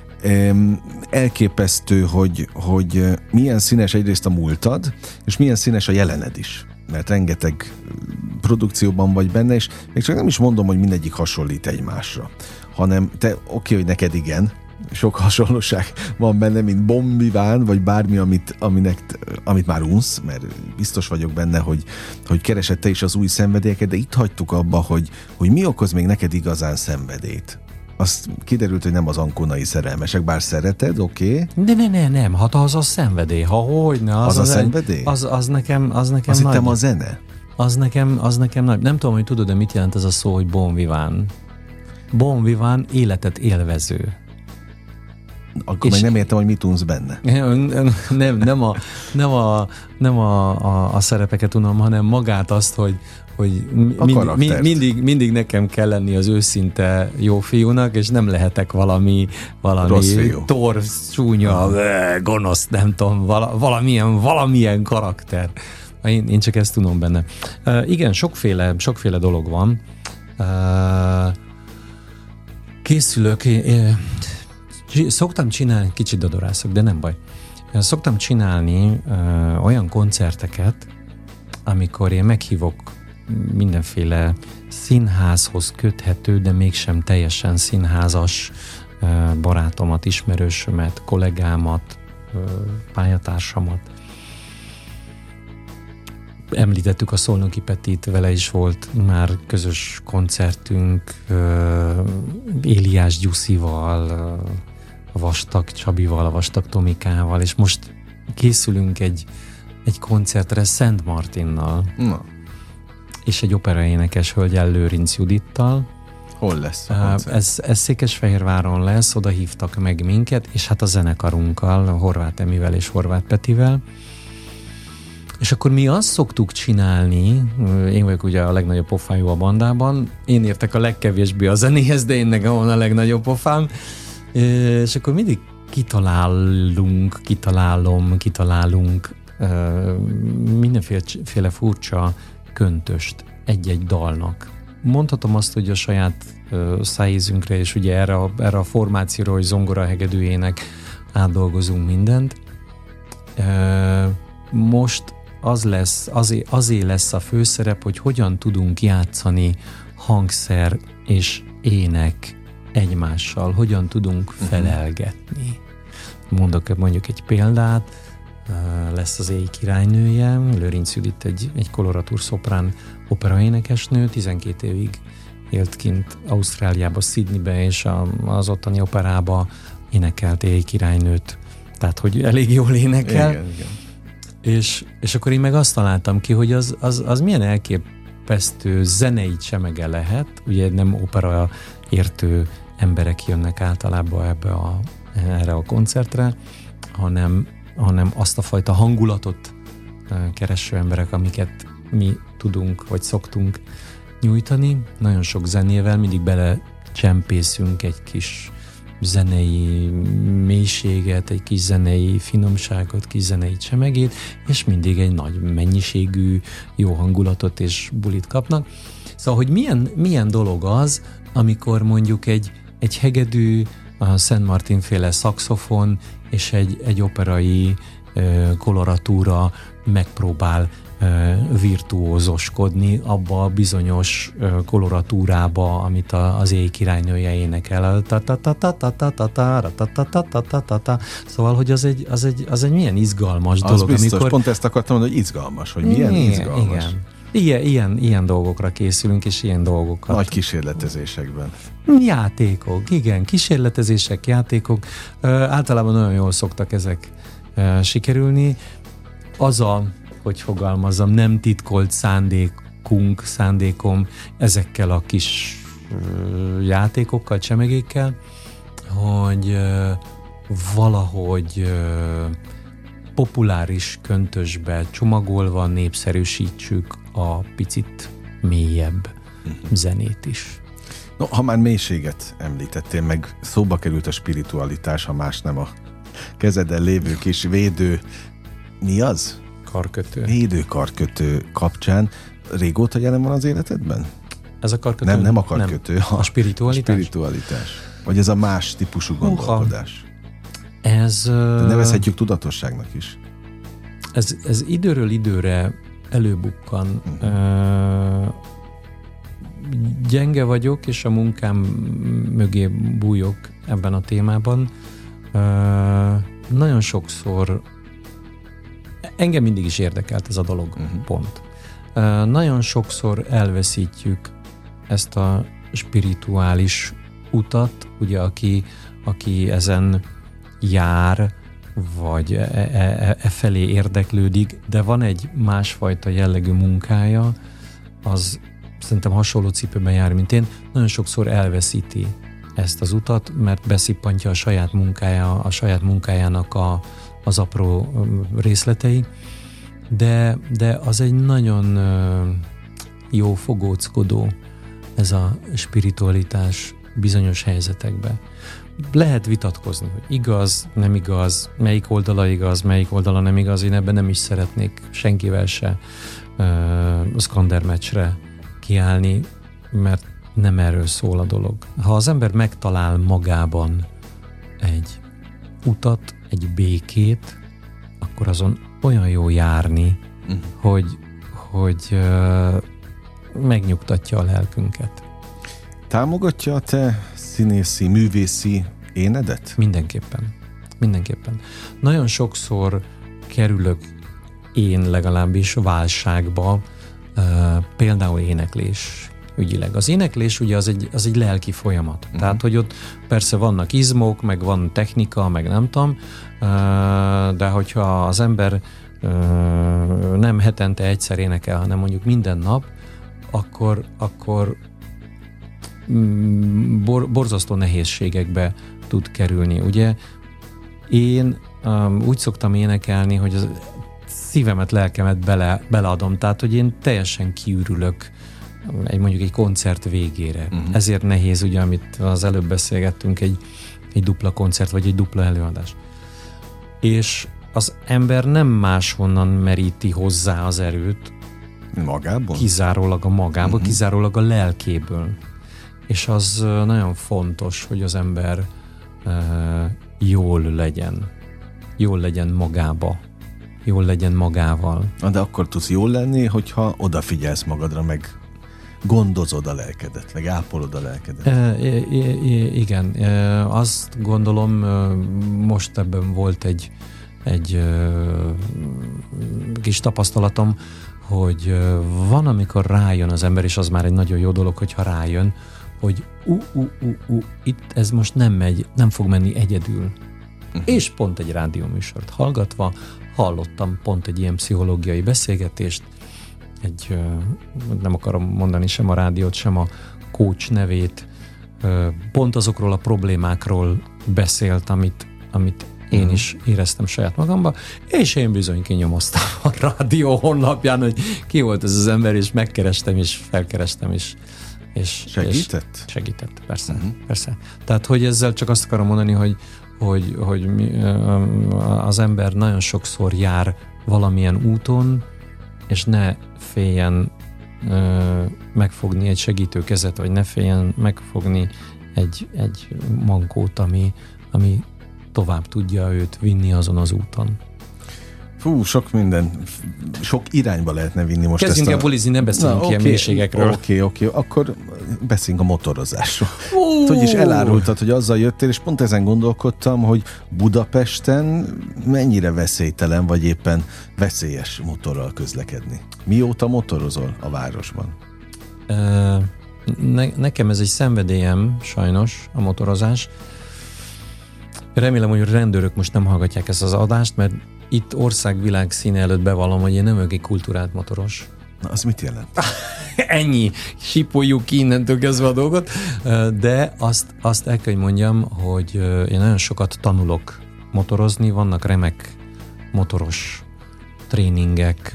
Elképesztő, hogy, hogy milyen színes egyrészt a múltad, és milyen színes a jelened is. Mert rengeteg produkcióban vagy benne, és még csak nem is mondom, hogy mindegyik hasonlít egymásra, hanem te oké, hogy neked igen, sok hasonlóság van benne, mint Bon Vivant, vagy bármi, amit, aminek, amit már unsz, mert biztos vagyok benne, hogy, hogy keresed te is az új szenvedélyeket, de itt hagytuk abba, hogy, hogy mi okoz még neked igazán szenvedélyt. Azt kiderült, hogy nem az ankonai szerelmesek, bár szereted, oké. Okay. De ne, ne, nem, hát az a szenvedély, ha hogyne. Az, az, az a egy, szenvedély? Az, az nekem, az nekem Azt nagy. hittem a zene. Az nekem, az nekem nagy. Nem tudom, hogy tudod, de mit jelent ez a szó, hogy Bon Vivant. Bon Vivant, életet élvező. Akkor meg nem értem, hogy mit unsz benne. Nem, nem, a, nem, a, nem a, a, a szerepeket unom, hanem magát azt, hogy, hogy mind, mindig, mindig nekem kell lenni az őszinte jó fiúnak, és nem lehetek valami, valami torz, csúnya, gonosz, nem tudom, vala, valamilyen, valamilyen karakter. Én, én csak ezt tudom benne. Uh, igen, sokféle, sokféle dolog van. Uh, készülök, én, szoktam csinálni, kicsit dadorászok, de nem baj. Szoktam csinálni uh, olyan koncerteket, amikor én meghívok mindenféle színházhoz köthető, de mégsem teljesen színházas uh, barátomat, ismerősömet, kollégámat, uh, pályatársamat. Említettük a Szolnoki Petit, vele is volt már közös koncertünk, uh, Éliás Gyuszival, uh, a Vastag Csabival, a Vastag Tomikával, és most készülünk egy, egy koncertre Szent Martinnal. Na. És egy operaénekes hölgyel, Lőrinc Judittal. Hol lesz a koncert? Ez, ez Székesfehérváron lesz, oda hívtak meg minket, és hát a zenekarunkkal, Horváth Emivel és Horváth Petivel. És akkor mi azt szoktuk csinálni, én vagyok ugye a legnagyobb pofájú a bandában, én értek a legkevésbé a zenéhez, de én nekem van a legnagyobb pofám, és akkor mindig kitalálunk, kitalálom, kitalálunk mindenféle furcsa köntöst egy-egy dalnak. Mondhatom azt, hogy a saját szájízünkre, és ugye erre a, erre a formációra, hogy zongora hegedűjének átdolgozunk mindent. Most az lesz, azért, azért lesz a főszerep, hogy hogyan tudunk játszani hangszer és ének egymással, hogyan tudunk felelgetni. Mondok mondjuk egy példát, lesz az Éj királynője, Lőrinc Judit egy, egy koloratúr szoprán operaénekesnő, tizenkét évig élt kint Ausztráliába, Sydneybe, és a, az ottani operába énekelt Éj királynőt, tehát hogy elég jól énekel. Igen, igen. És, és akkor én meg azt találtam ki, hogy az, az, az milyen elképesztő zenei csemege lehet, ugye nem opera értő emberek jönnek általában ebbe a, erre a koncertre, hanem, hanem azt a fajta hangulatot kereső emberek, amiket mi tudunk, vagy szoktunk nyújtani. Nagyon sok zenével mindig bele csempészünk egy kis zenei mélységet, egy kis zenei finomságot, kis zenei csemegét, és mindig egy nagy mennyiségű jó hangulatot és bulit kapnak. Szóval, hogy milyen, milyen dolog az, amikor mondjuk egy, egy hegedű, a Szent Martin féle szaxofon és egy, egy operai uh, koloratúra megpróbál uh, virtuózoskodni abba a bizonyos uh, koloratúrába, amit a, az éj királynője énekel. Szóval, hogy az egy, az egy, az egy milyen izgalmas az dolog. Biztos, amikor... pont ezt akartam mondani, hogy izgalmas, hogy milyen igen, izgalmas. Igen. Ilyen, ilyen, ilyen dolgokra készülünk, és ilyen dolgokat. Nagy kísérletezésekben. Játékok, igen, kísérletezések, játékok. Ö, általában nagyon jól szoktak ezek ö, sikerülni. Az a, hogy fogalmazzam, nem titkolt szándékunk, szándékom ezekkel a kis ö, játékokkal, csemegékkel, hogy ö, valahogy ö, populáris köntösbe csomagolva népszerűsítsük a picit mélyebb zenét is. No, ha már mélységet említettél, meg szóba került a spiritualitás, ha más nem a kezeden lévő kis védő, mi az? Karkötő. Védő karkötő kapcsán régóta jelen van az életedben? Ez a karkötő? Nem, nem a karkötő. Nem. A spiritualitás? A spiritualitás. Vagy ez a más típusú gondolkodás? Ez... De nevezhetjük tudatosságnak is. Ez, ez időről időre előbukkan. Uh-huh. Gyenge vagyok, és a munkám mögé bújok ebben a témában. Nagyon sokszor engem mindig is érdekelt ez a dolog, uh-huh. pont. Nagyon sokszor elveszítjük ezt a spirituális utat, ugye aki, aki ezen jár, vagy e, e, e felé érdeklődik, de van egy másfajta jellegű munkája, az szerintem hasonló cipőben jár, mint én, nagyon sokszor elveszíti ezt az utat, mert beszippantja a saját munkája, a saját munkájának a, az apró részletei, de, de az egy nagyon jó fogóckodó ez a spiritualitás bizonyos helyzetekben. Lehet vitatkozni, hogy igaz, nem igaz, melyik oldala igaz, melyik oldala nem igaz, én ebben nem is szeretnék senkivel se uh, szkandermeccsre kiállni, mert nem erről szól a dolog. Ha az ember megtalál magában egy utat, egy békét, akkor azon olyan jó járni, uh-huh. hogy, hogy uh, megnyugtatja a lelkünket. Támogatja a te színészi, művészi énedet? Mindenképpen. Mindenképpen. Nagyon sokszor kerülök én legalábbis válságba, uh, például éneklés ügyileg. Az éneklés ugye az egy, az egy lelki folyamat. Uh-huh. Tehát, hogy ott persze vannak izmok, meg van technika, meg nem tudom, uh, de hogyha az ember uh, nem hetente egyszer énekel, hanem mondjuk minden nap, akkor, akkor bor, borzasztó nehézségekbe tud kerülni. Ugye én um, úgy szoktam énekelni, hogy az szívemet, lelkemet bele, beleadom, tehát, hogy én teljesen kiürülök egy, mondjuk egy koncert végére. Uh-huh. Ezért nehéz, ugye, amit az előbb beszélgettünk, egy, egy dupla koncert, vagy egy dupla előadás. És az ember nem máshonnan meríti hozzá az erőt, magából? Kizárólag a magából, uh-huh. kizárólag a lelkéből. És az nagyon fontos, hogy az ember uh, jól legyen. Jól legyen magába. Jól legyen magával. De akkor tudsz jól lenni, hogyha odafigyelsz magadra, meg gondozod a lelkedet, meg ápolod a lelkedet. E, igen. E, azt gondolom, most ebben volt egy, egy kis tapasztalatom, hogy van, amikor rájön az ember, és az már egy nagyon jó dolog, hogyha rájön, hogy ú, ú, ú, ú, itt ez most nem megy, nem fog menni egyedül. Uh-huh. És pont egy rádióműsort hallgatva hallottam pont egy ilyen pszichológiai beszélgetést, egy, nem akarom mondani sem a rádiót, sem a coach nevét, pont azokról a problémákról beszélt, amit, amit én uh-huh. is éreztem saját magamba, és én bizony kinyomoztam a rádió honlapján, hogy ki volt ez az ember, és megkerestem, és felkerestem, és És, segített? És segített, persze, uh-huh. persze. Tehát, hogy ezzel csak azt akarom mondani, hogy, hogy, hogy az ember nagyon sokszor jár valamilyen úton, és ne féljen ö, megfogni egy segítő kezet, vagy ne féljen megfogni egy, egy mankót, ami, ami tovább tudja őt vinni azon az úton. Fú, sok minden, sok irányba lehetne vinni most. Kezdjünk el a... bulizni, nem beszélünk Na, ilyen okay, mélységekről. Oké, okay, oké, okay. Akkor beszéljünk a motorozásról. Uh! Hogy is elárultad, hogy azzal jöttél, és pont ezen gondolkodtam, hogy Budapesten mennyire veszélytelen, vagy éppen veszélyes motorral közlekedni. Mióta motorozol a városban? Uh, ne, nekem ez egy szenvedélyem, sajnos, a motorozás. Remélem, hogy a rendőrök most nem hallgatják ezt az adást, mert itt országvilág színe előtt bevallom, hogy én nem vagyok egy kultúrált motoros. Na, az mit jelent? Ennyi. Sipoljuk ki innentől kezdve a dolgot. De azt, azt el kell, hogy mondjam, hogy én nagyon sokat tanulok motorozni. Vannak remek motoros tréningek,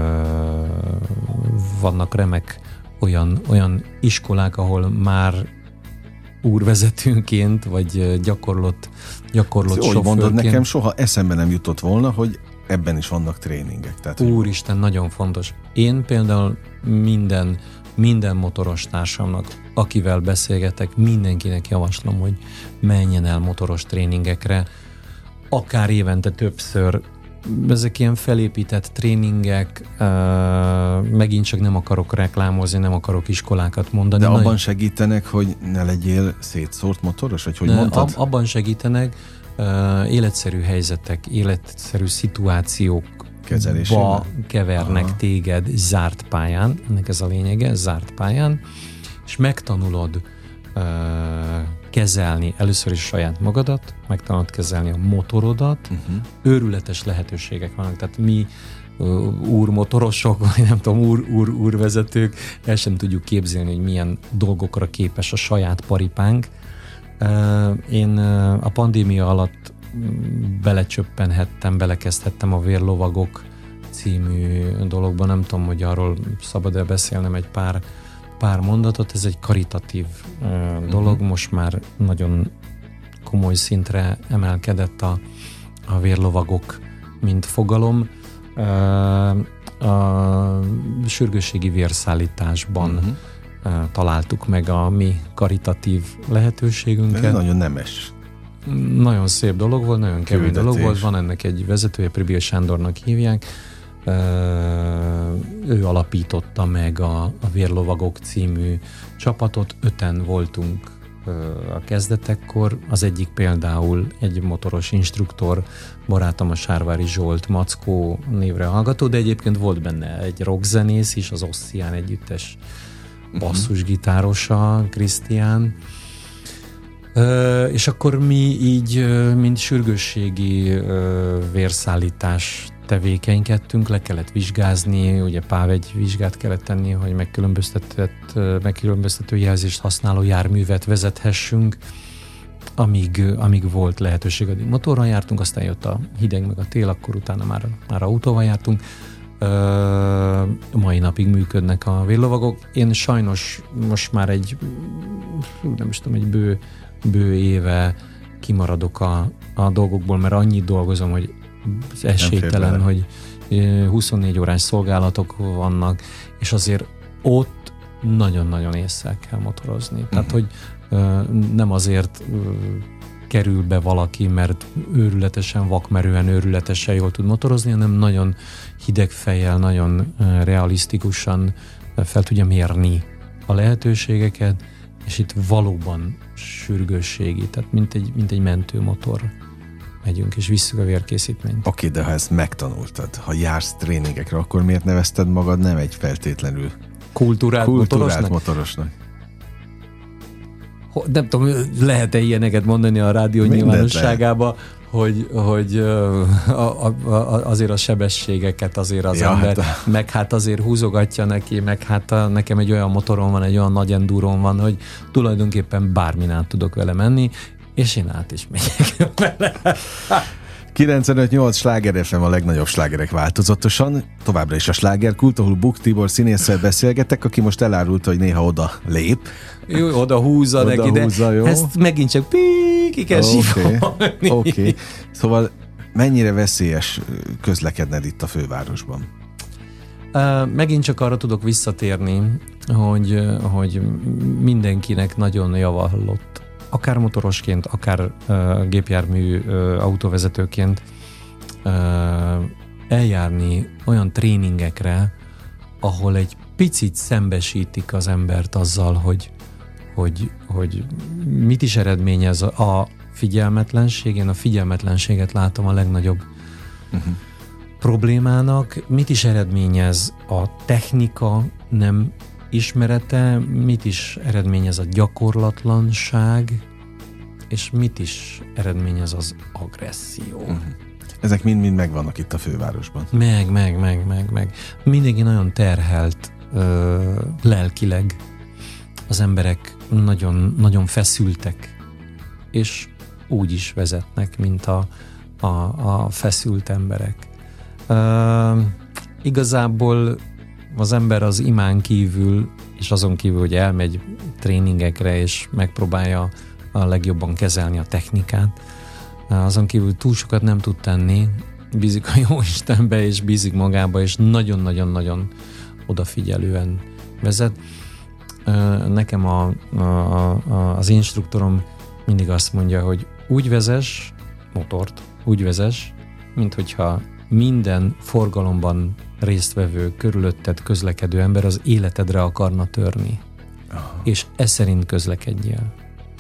vannak remek olyan, olyan iskolák, ahol már úrvezetőnként, vagy gyakorlott, gyakorlott sofőrként. Úgy mondod, nekem soha eszembe nem jutott volna, hogy ebben is vannak tréningek. Tehát, Úristen, hogy... nagyon fontos. Én például minden, minden motoros társamnak, akivel beszélgetek, mindenkinek javaslom, hogy menjen el motoros tréningekre, akár évente többször. Ezek ilyen felépített tréningek, uh, megint csak nem akarok reklámozni, nem akarok iskolákat mondani. De abban Nagy... segítenek, hogy ne legyél szétszórt motoros, vagy hogy ne, mondtad? Ab, abban segítenek uh, életszerű helyzetek, életszerű szituációkba kevernek Aha. téged zárt pályán, ennek ez a lényege, zárt pályán, és megtanulod uh, kezelni először is saját magadat, megtanulod kezelni a motorodat, uh-huh. őrületes lehetőségek vannak, tehát mi uh, úrmotorosok, vagy nem tudom, úr, úr, úrvezetők, el sem tudjuk képzelni, hogy milyen dolgokra képes a saját paripánk. Uh, én uh, a pandémia alatt belecsöppenhettem, belekezdhettem a Vérlovagok című dologban, nem tudom, hogy arról szabad-e beszélnem egy pár pár mondatot, ez egy karitatív uh, dolog, uh-huh. most már nagyon komoly szintre emelkedett a, a Vérlovagok, mint fogalom. Uh, a sürgősségi vérszállításban uh-huh. uh, találtuk meg a mi karitatív lehetőségünket. Ez nagyon nemes. Nagyon szép dolog volt, nagyon kemény Küldetés. dolog volt, van ennek egy vezetője, Pribil Sándornak hívják. Uh, ő alapította meg a, a Vérlovagok című csapatot, öten voltunk uh, a kezdetekkor, az egyik például egy motoros instruktor, barátom a Sárvári Zsolt, Mackó névre hallgató, de egyébként volt benne egy rockzenész is, az Ossian együttes basszusgitárosa, Krisztián. Uh, és akkor mi így, uh, mint sürgősségi uh, vérszállítás tevékenykedtünk, le kellett vizsgázni, ugye páv egy vizsgát kellett tenni, hogy megkülönböztetett, megkülönböztető jelzést használó járművet vezethessünk, amíg, amíg volt lehetőség, addig motorral jártunk, aztán jött a hideg meg a tél, akkor utána már, már autóval jártunk. Uh, mai napig működnek a Vérlovagok. Én sajnos most már egy nem is tudom, egy bő, bő éve kimaradok a, a dolgokból, mert annyit dolgozom, hogy esélytelen, hogy huszonnégy órás szolgálatok vannak, és azért ott nagyon-nagyon ésszel kell motorozni. Uh-huh. Tehát, hogy uh, nem azért uh, kerül be valaki, mert őrületesen vakmerően, őrületesen jól tud motorozni, hanem nagyon hideg fejjel, nagyon uh, realisztikusan uh, fel tudja mérni a lehetőségeket, és itt valóban sürgősségi, tehát mint egy, mint egy mentőmotor megyünk, és visszük a vérkészítményt. Oké, okay, de ha ezt megtanultad, ha jársz tréningekre, akkor miért nevezted magad nem egy feltétlenül kultúrált, kultúrált motorosnak? motorosnak? Nem tudom, lehet-e ilyeneket mondani a rádió Mindent nyilvánosságába, lehet. hogy, hogy a, a, a, azért a sebességeket azért az ja, ember, hát a... meg hát azért húzogatja neki, meg hát a, nekem egy olyan motorom van, egy olyan nagy endurón van, hogy tulajdonképpen bármin át tudok vele menni, és én át is megyek vele. kilencvenöt nyolc Sláger ef em, a legnagyobb slágerek változatosan. Továbbra is a slágerkult, ahol Buk Tibor színésszel beszélgetek, aki most elárulta, hogy néha oda lép. Jó, oda húzza oda neki, húzza, de jó. Ezt megint csak pí, ki kell Oké, okay. okay. Szóval mennyire veszélyes közlekedned itt a fővárosban? Uh, megint csak arra tudok visszatérni, hogy, hogy mindenkinek nagyon javallott, akár motorosként, akár uh, gépjármű uh, autóvezetőként uh, eljárni olyan tréningekre, ahol egy picit szembesítik az embert azzal, hogy, hogy, hogy mit is eredményez a figyelmetlenség. Én a figyelmetlenséget látom a legnagyobb uh-huh. problémának. Mit is eredményez a technika nem ismerete, mit is eredményez a gyakorlatlanság, és mit is eredményez az agresszió. Uh-huh. Ezek mind-mind megvannak itt a fővárosban. Meg, meg, meg, meg, meg. Mindenki nagyon terhelt ö, lelkileg. Az emberek nagyon, nagyon feszültek, és úgy is vezetnek, mint a, a, a feszült emberek. Uh, igazából az ember az imán kívül, és azon kívül, hogy elmegy tréningekre, és megpróbálja a legjobban kezelni a technikát, uh, azon kívül túl sokat nem tud tenni, bízik a Jóistenbe, és bízik magába, és nagyon-nagyon-nagyon odafigyelően vezet. Uh, nekem a, a, a, az instruktorom mindig azt mondja, hogy úgy vezess motort, úgy vezess, mint hogyha minden forgalomban résztvevő, körülötted közlekedő ember az életedre akarna törni. Aha. És ez szerint közlekedjél.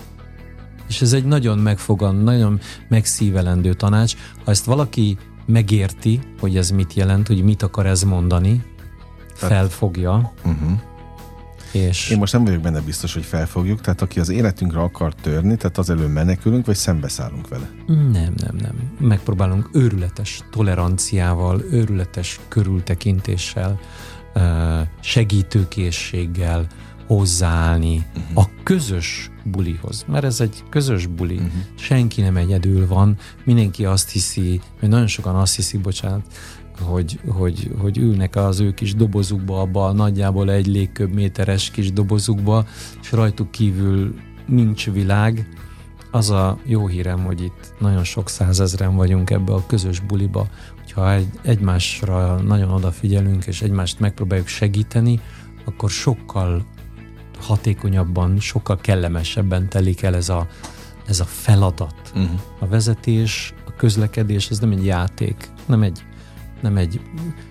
És ez egy nagyon megfogan, nagyon megszívelendő tanács. Ha ezt valaki megérti, hogy ez mit jelent, hogy mit akar ez mondani, felfogja, uh-huh. és... Én most nem vagyok benne biztos, hogy felfogjuk, tehát aki az életünkre akar törni, tehát az elől menekülünk, vagy szembeszállunk vele? Nem, nem, nem. Megpróbálunk őrületes toleranciával, őrületes körültekintéssel, segítőkészséggel hozzáállni uh-huh. a közös bulihoz. Mert ez egy közös buli. Uh-huh. Senki nem egyedül van. Mindenki azt hiszi, vagy nagyon sokan azt hiszi, bocsánat, Hogy, hogy, hogy ülnek az ő kis dobozukba, abba a nagyjából egy légköbméteres kis dobozukba, és rajtuk kívül nincs világ. Az a jó hírem, hogy itt nagyon sok százezren vagyunk ebbe a közös buliba, hogyha egy, egymásra nagyon odafigyelünk, és egymást megpróbáljuk segíteni, akkor sokkal hatékonyabban, sokkal kellemesebben telik el ez a, ez a feladat. Uh-huh. A vezetés, a közlekedés, ez nem egy játék, nem egy nem egy,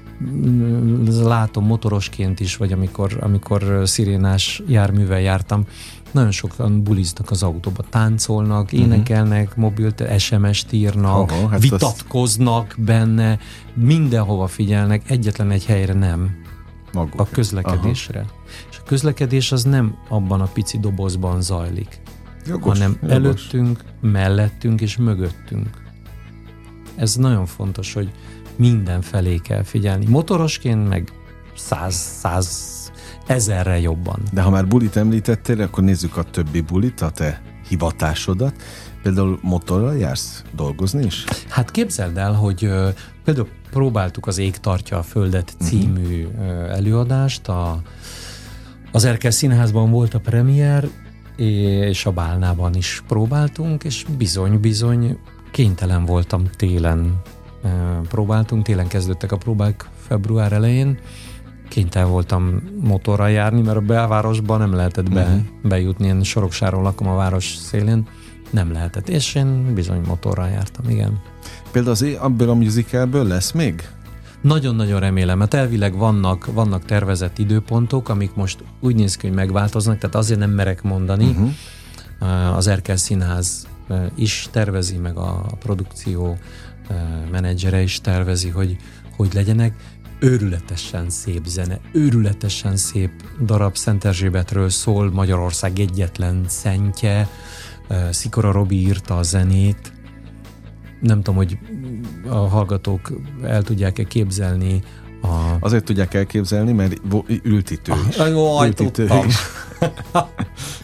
látom motorosként is, vagy amikor, amikor szirénás járművel jártam, nagyon sokan buliznak az autóba, táncolnak, énekelnek, uh-huh. mobil es em es-t írnak, Aha, hát vitatkoznak azt... benne, mindenhova figyelnek, egyetlen egy helyre nem. Maguk. A közlekedésre. Aha. És a közlekedés az nem abban a pici dobozban zajlik, jogos, hanem jogos. Előttünk, mellettünk és mögöttünk. Ez nagyon fontos, hogy mindenfelé kell figyelni. Motorosként meg száz, száz, ezerre jobban. De ha már bulit említettél, akkor nézzük a többi bulit, a te hivatásodat. Például motorral jársz dolgozni is? Hát képzeld el, hogy uh, például próbáltuk az Ég tartja a Földet című uh, előadást. A, az Erkel Színházban volt a premier, és a Bálnában is próbáltunk, és bizony-bizony kénytelen voltam télen próbáltunk, télen kezdődtek a próbák február elején, kénytelen voltam motorral járni, mert a belvárosban nem lehetett be, uh-huh. bejutni, én Soroksáron lakom a város szélén, nem lehetett, és én bizony motorral jártam, igen. Például az abból a musicalből lesz még? Nagyon-nagyon remélem, mert elvileg vannak, vannak tervezett időpontok, amik most úgy néz ki, hogy megváltoznak, tehát azért nem merek mondani. Uh-huh. Az Erkel Színház is tervezi, meg a produkció menedzsere is tervezi, hogy hogy legyenek. Őrületesen szép zene, őrületesen szép darab, Szent Erzsébetről szól, Magyarország egyetlen szentje, Szikora Robi írta a zenét. Nem tudom, hogy a hallgatók el tudják-e képzelni a... Azért tudják elképzelni, mert ültítő is. Ah, jó, ültítő is.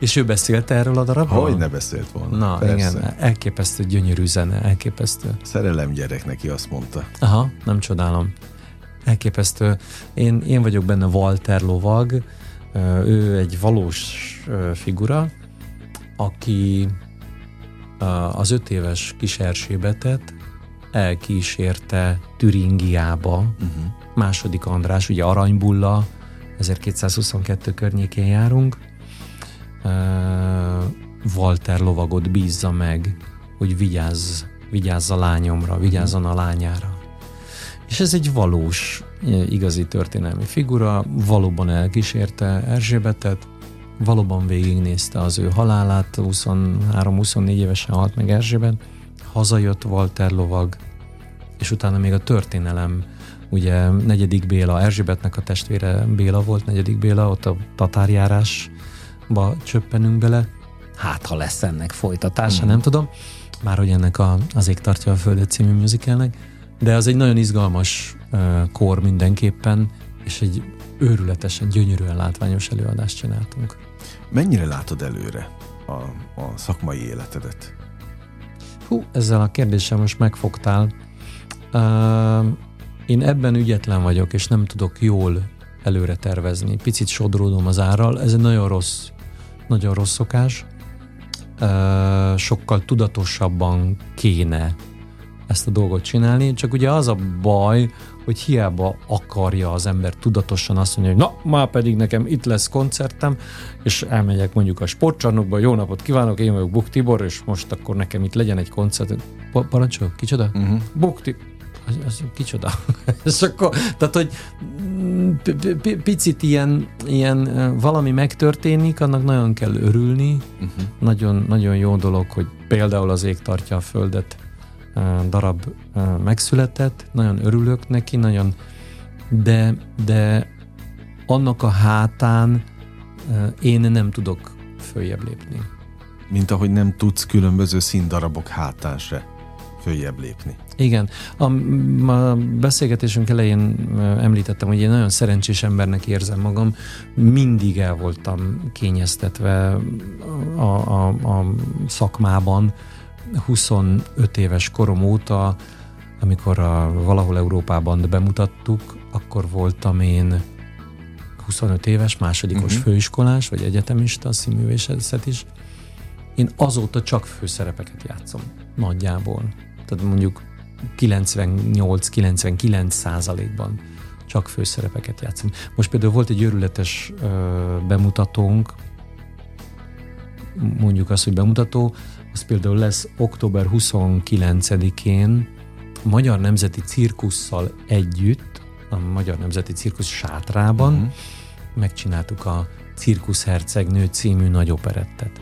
És ő beszélt erről a darabról? Hogy ne beszélt volna. Na, persze. igen, elképesztő gyönyörű zene, elképesztő. Szerelem gyerek, neki azt mondta. Aha, nem csodálom. Elképesztő. Én, én vagyok benne Walter lovag, ő egy valós figura, aki az öt éves kis Erzsébetet elkísérte Türingiába. Uh-huh. Második András, ugye Aranybulla, ezerkétszázhuszonkettő környékén járunk. Walter lovagot bízza meg, hogy vigyázz, vigyázz a lányomra, vigyázzon a lányára. És ez egy valós, igazi történelmi figura, valóban elkísérte Erzsébetet, valóban végignézte az ő halálát, huszonhárom-huszonnégy évesen halt meg Erzsébet, hazajött Walter lovag, és utána még a történelem, ugye negyedik Béla, Erzsébetnek a testvére Béla volt, negyedik Béla, ott a tatárjárásba csöppenünk bele, hát ha lesz ennek folytatása, mm. nem tudom, már hogy ennek a, az Ég tartja a földet című musicalnek, de az egy nagyon izgalmas uh, kor mindenképpen, és egy őrületesen, gyönyörűen látványos előadást csináltunk. Mennyire látod előre a, a szakmai életedet? Hú, ezzel a kérdéssel most megfogtál. Uh, én ebben ügyetlen vagyok, és nem tudok jól előre tervezni. Picit sodródom az árral, ez egy nagyon rossz, nagyon rossz szokás. Uh, sokkal tudatosabban kéne ezt a dolgot csinálni, csak ugye az a baj, hogy hiába akarja az ember tudatosan azt mondani, hogy na, már pedig nekem itt lesz koncertem, és elmegyek mondjuk a sportcsarnokba, jó napot kívánok, én vagyok Buk Tibor, és most akkor nekem itt legyen egy koncert. Pa- parancsol, kicsoda? Uh-huh. Buk Tibor. Az, az kicsoda. És akkor, tehát, hogy picit ilyen, ilyen valami megtörténik, annak nagyon kell örülni. Uh-huh. Nagyon, nagyon jó dolog, hogy például az Ég tartja a földet darab megszületett, nagyon örülök neki, nagyon, de, de annak a hátán én nem tudok följebb lépni. Mint ahogy nem tudsz különböző színdarabok hátán se följebb lépni. Igen. A, a beszélgetésünk elején említettem, hogy én nagyon szerencsés embernek érzem magam. Mindig el voltam kényeztetve a, a, a szakmában, huszonöt éves korom óta, amikor a Valahol Európában bemutattuk, akkor voltam én huszonöt éves, másodikos uh-huh. főiskolás, vagy egyetemista, színművészet is. Én azóta csak főszerepeket játszom, nagyjából. Tehát mondjuk kilencvennyolc-kilencvenkilenc százalékban csak főszerepeket játszom. Most például volt egy őrületes ö, bemutatónk, mondjuk azt, hogy bemutató, az például lesz október huszonkilencedikén a Magyar Nemzeti Cirkusszal együtt, a Magyar Nemzeti Cirkusz sátrában uh-huh. megcsináltuk a Cirkuszhercegnő című nagy operettet.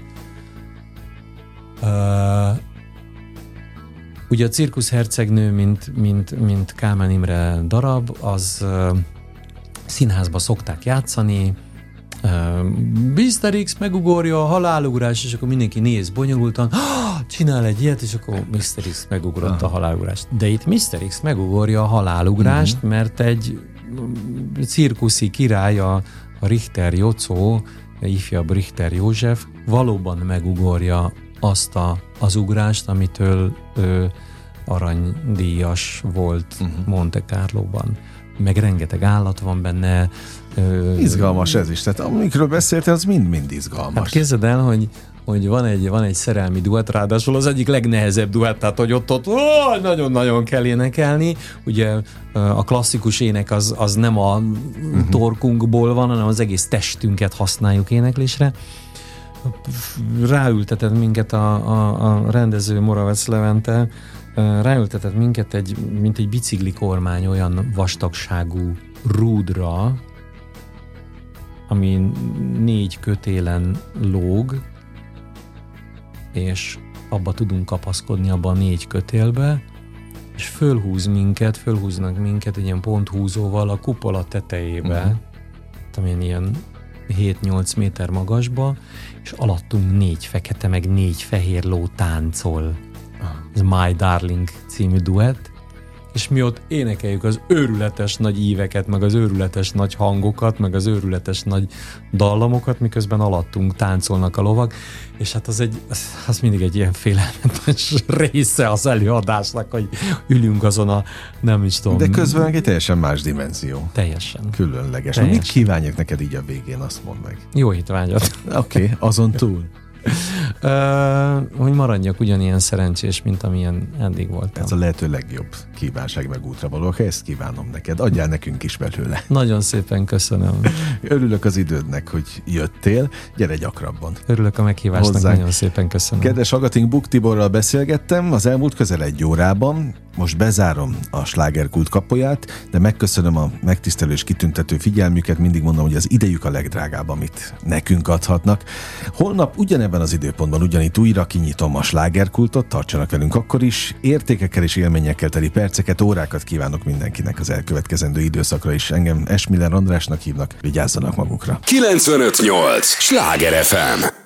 Uh, ugye a Cirkuszhercegnő, mint, mint, mint Kálmán Imre darab, az uh, színházba szokták játszani, Uh, miszter X megugorja a halálugrás, és akkor mindenki néz bonyolultan, ah, csinál egy ilyet, és akkor miszter X megugrott a halálugrást. De itt miszter X megugorja a halálugrást, uh-huh. mert egy cirkuszi király, a, a Richter Jocó, a ifjabb Richter József valóban megugorja azt a, az ugrást, amitől ő aranydíjas volt uh-huh. Monte Carlóban. Meg rengeteg állat van benne. Ö, izgalmas ez is, tehát amikről beszéltél, az mind-mind izgalmas. Hát képzeld el, hogy, hogy van, egy, van egy szerelmi duett, ráadásul az egyik legnehezebb duett, tehát hogy ott, ott ó, nagyon-nagyon kell énekelni. Ugye a klasszikus ének az, az nem a uh-huh. torkunkból van, hanem az egész testünket használjuk éneklésre. Ráültetett minket a, a, a rendező Moravec Levente, ráültetett minket egy, mint egy bicikli kormány olyan vastagságú rúdra, ami négy kötélen lóg, és abba tudunk kapaszkodni, abba a négy kötélbe, és fölhúz minket, fölhúznak minket egy ilyen ponthúzóval a kupola tetejébe, uh-huh. amilyen ilyen hét-nyolc méter magasba, és alattunk négy fekete, meg négy fehér ló táncol. Ez My Darling című duett, és mi ott énekeljük az őrületes nagy íveket, meg az őrületes nagy hangokat, meg az őrületes nagy dallamokat, miközben alattunk táncolnak a lovak, és hát az egy, az mindig egy ilyen félelmetes része az előadásnak, hogy ülünk azon a, nem is tudom. De közben egy teljesen más dimenzió. Teljesen. Különleges. Teljesen. Mit kívánjak neked így a végén, azt mondd meg. Jó étvágyat. Oké, okay, azon túl. Uh, hogy maradjak ugyanilyen szerencsés, mint amilyen eddig voltam. Ez a lehető legjobb kívánság meg útra való. Ezt kívánom neked. Adjál nekünk is belőle. Nagyon szépen köszönöm. Örülök az idődnek, hogy jöttél. Gyere gyakrabban. Örülök a meghívásnak. Hozzánk. Nagyon szépen köszönöm. Kedves hallgatóink, Buk Tiborral beszélgettem az elmúlt közel egy órában. Most bezárom a Slágerkult kapuját, de megköszönöm a megtisztelő és kitüntető figyelmüket. Mindig mondom, hogy az idejük a legdrágább, amit nekünk adhatnak. Holnap ugyanebben az időpontban ugyanitt újra kinyitom a Slágerkultot, tartsanak velünk akkor is. Értékekkel és élményekkel teli perceket, órákat kívánok mindenkinek az elkövetkezendő időszakra is. Engem Esmiller Andrásnak hívnak, vigyázzanak magukra. kilencvenöt nyolc Sláger ef em